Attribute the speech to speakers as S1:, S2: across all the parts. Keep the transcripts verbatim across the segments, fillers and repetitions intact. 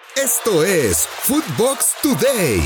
S1: Esto es Footbox Today.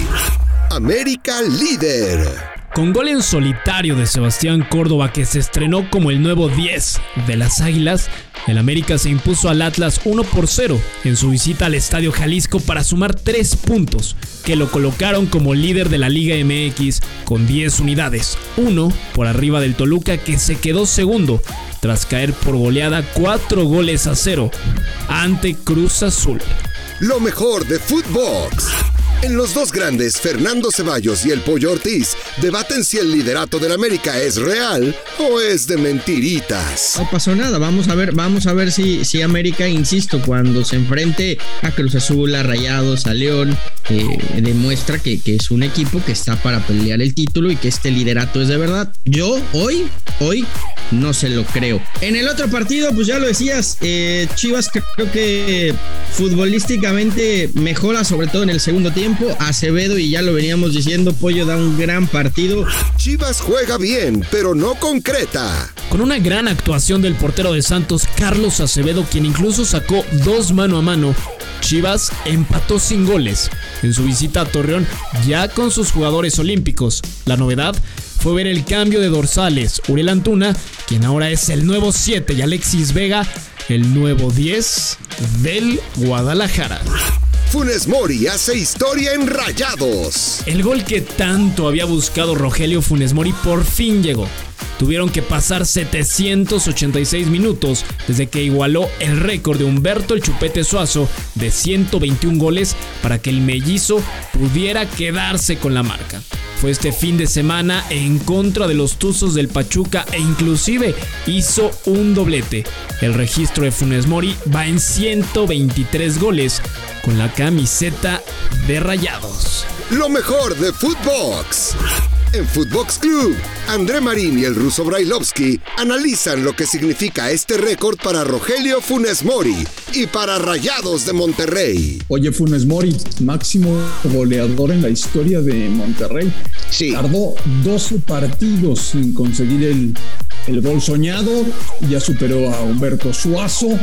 S1: América líder.
S2: Con gol en solitario de Sebastián Córdoba, que se estrenó como el nuevo diez de las Águilas, el América se impuso al Atlas uno por cero en su visita al Estadio Jalisco para sumar tres puntos, que lo colocaron como líder de la Liga M X con diez unidades, uno por arriba del Toluca, que se quedó segundo tras caer por goleada cuatro goles a cero ante Cruz Azul.
S1: Lo mejor de Footbox. En los dos grandes, Fernando Ceballos y el Pollo Ortiz debaten si el liderato del América es real o es de mentiritas.
S3: No pasó nada, vamos a ver, vamos a ver si, si América, insisto, cuando se enfrente a Cruz Azul, a Rayados, a León, eh, demuestra que, que es un equipo que está para pelear el título y que este liderato es de verdad. Yo, hoy, hoy, no se lo creo. En el otro partido, pues ya lo decías, eh, Chivas creo que futbolísticamente mejora, sobre todo en el segundo tiempo. Acevedo, y ya lo veníamos diciendo, Pollo da un gran partido.
S1: Chivas juega bien, pero no concreta.
S2: Con una gran actuación del portero de Santos, Carlos Acevedo, quien incluso sacó dos mano a mano, Chivas empató sin goles en su visita a Torreón, ya con sus jugadores olímpicos. La novedad fue ver el cambio de dorsales. Uriel Antuna, quien ahora es el nuevo siete, y Alexis Vega, el nuevo diez del Guadalajara.
S1: Funes Mori hace historia en Rayados.
S2: El gol que tanto había buscado Rogelio Funes Mori por fin llegó. Tuvieron que pasar setecientos ochenta y seis minutos desde que igualó el récord de Humberto el Chupete Suazo de ciento veintiún goles para que el mellizo pudiera quedarse con la marca. Fue este fin de semana en contra de los Tuzos del Pachuca e inclusive hizo un doblete. El registro de Funes Mori va en ciento veintitrés goles con la camiseta de Rayados.
S1: Lo mejor de Footbox. En Footbox Club, André Marín y el ruso Brailovsky analizan lo que significa este récord para Rogelio Funes Mori y para Rayados de Monterrey.
S4: Oye, Funes Mori, máximo goleador en la historia de Monterrey.
S5: Sí.
S4: Tardó doce partidos sin conseguir el, el gol soñado. Ya superó a Humberto Suazo.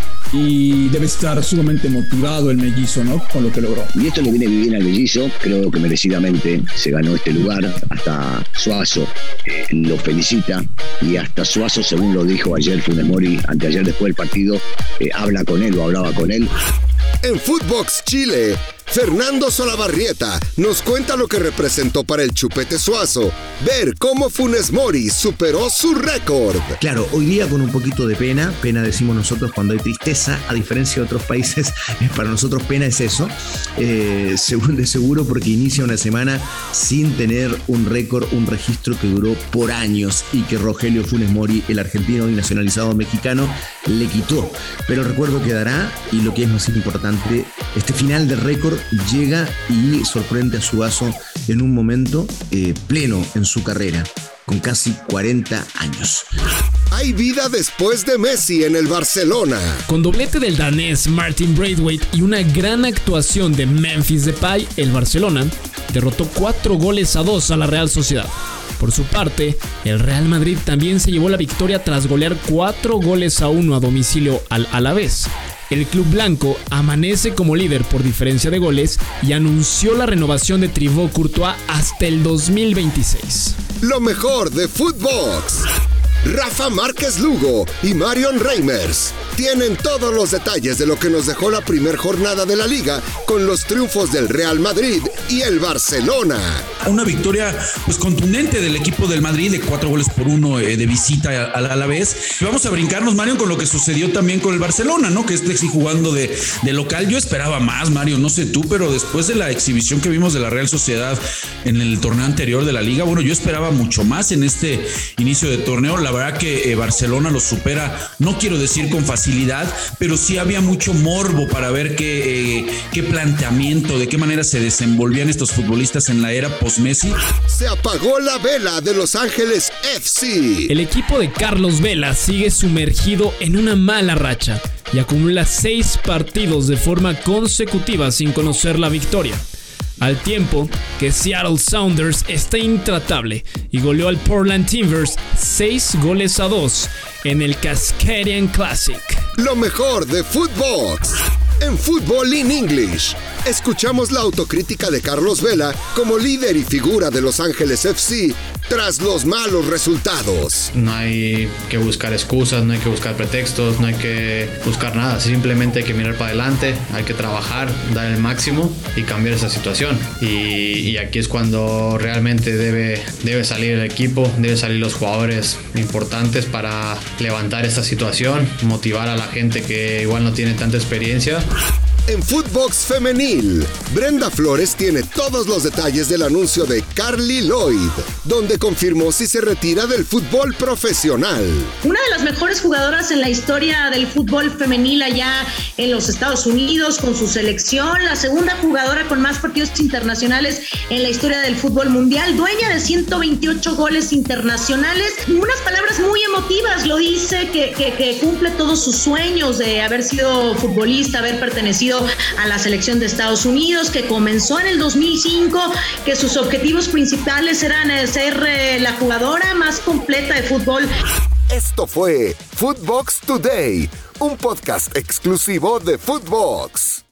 S4: Y debe estar sumamente motivado el mellizo, ¿no? Con lo que logró.
S5: Y esto le viene bien al mellizo. Creo que merecidamente se ganó este lugar. Hasta Suazo eh, lo felicita. Y hasta Suazo, según lo dijo ayer Funes Mori, anteayer después del partido, eh, habla con él o hablaba con él.
S1: En Footbox Chile, Fernando Solabarrieta nos cuenta lo que representó para el Chupete Suazo ver cómo Funes Mori superó su récord.
S6: Claro, hoy día con un poquito de pena, pena decimos nosotros cuando hay tristeza, a diferencia de otros países, para nosotros pena es eso, eh, seguro, de seguro porque inicia una semana sin tener un récord, un registro que duró por años y que Rogelio Funes Mori, el argentino y nacionalizado mexicano, le quitó. Pero el recuerdo quedará y lo que es más importante, este final de récord llega y sorprende a Suazo en un momento eh, pleno en su carrera, con casi cuarenta años.
S1: Hay vida después de Messi en el Barcelona.
S2: Con doblete del danés Martin Braithwaite y una gran actuación de Memphis Depay, el Barcelona derrotó cuatro goles a dos a la Real Sociedad. Por su parte, el Real Madrid también se llevó la victoria tras golear cuatro goles a uno a domicilio al Alavés. El club blanco amanece como líder por diferencia de goles y anunció la renovación de Thibaut Courtois hasta el dos mil veintiséis.
S1: Lo mejor de Footbox. Rafa Márquez Lugo y Marion Reimers tienen todos los detalles de lo que nos dejó la primera jornada de la Liga con los triunfos del Real Madrid y el Barcelona.
S7: Una victoria pues contundente del equipo del Madrid de cuatro goles por uno eh, de visita al Alavés. Vamos a brincarnos, Mario, con lo que sucedió también con el Barcelona, ¿no? Que este sí jugando de, de local. Yo esperaba más, Mario, no sé tú, pero después de la exhibición que vimos de la Real Sociedad en el torneo anterior de la Liga, bueno, yo esperaba mucho más en este inicio de torneo. La verdad que eh, Barcelona lo supera, no quiero decir con facilidad, pero sí había mucho morbo para ver qué, eh, qué planteamiento, de qué manera se desenvolvían estos futbolistas en la era post-Messi.
S1: Se apagó la vela de Los Ángeles F C.
S2: El equipo de Carlos Vela sigue sumergido en una mala racha y acumula seis partidos de forma consecutiva sin conocer la victoria. Al tiempo que Seattle Sounders está intratable y goleó al Portland Timbers seis goles a dos en el Cascadian Classic.
S1: Lo mejor de Footbox. En Fútbol in English, escuchamos la autocrítica de Carlos Vela como líder y figura de Los Ángeles F C tras los malos resultados.
S8: No hay que buscar excusas, no hay que buscar pretextos, no hay que buscar nada. Simplemente hay que mirar para adelante, hay que trabajar, dar el máximo y cambiar esa situación. Y, y aquí es cuando realmente debe, debe salir el equipo, deben salir los jugadores importantes para levantar esta situación, motivar a la gente que igual no tiene tanta experiencia.
S1: En Footbox Femenil, Brenda Flores tiene todos los detalles del anuncio de Carly Lloyd, donde confirmó si se retira del fútbol profesional.
S9: Una de las mejores jugadoras en la historia del fútbol femenil allá en los Estados Unidos con su selección, la segunda jugadora con más partidos internacionales en la historia del fútbol mundial, dueña de ciento veintiocho goles internacionales. Unas palabras muy emotivas, lo dice, que, que, que cumple todos sus sueños de haber sido futbolista, haber pertenecido a la selección de Estados Unidos, que comenzó en el dos mil cinco, que sus objetivos principales eran ser eh, la jugadora más completa de fútbol.
S1: Esto fue Footbox Today, un podcast exclusivo de Footbox.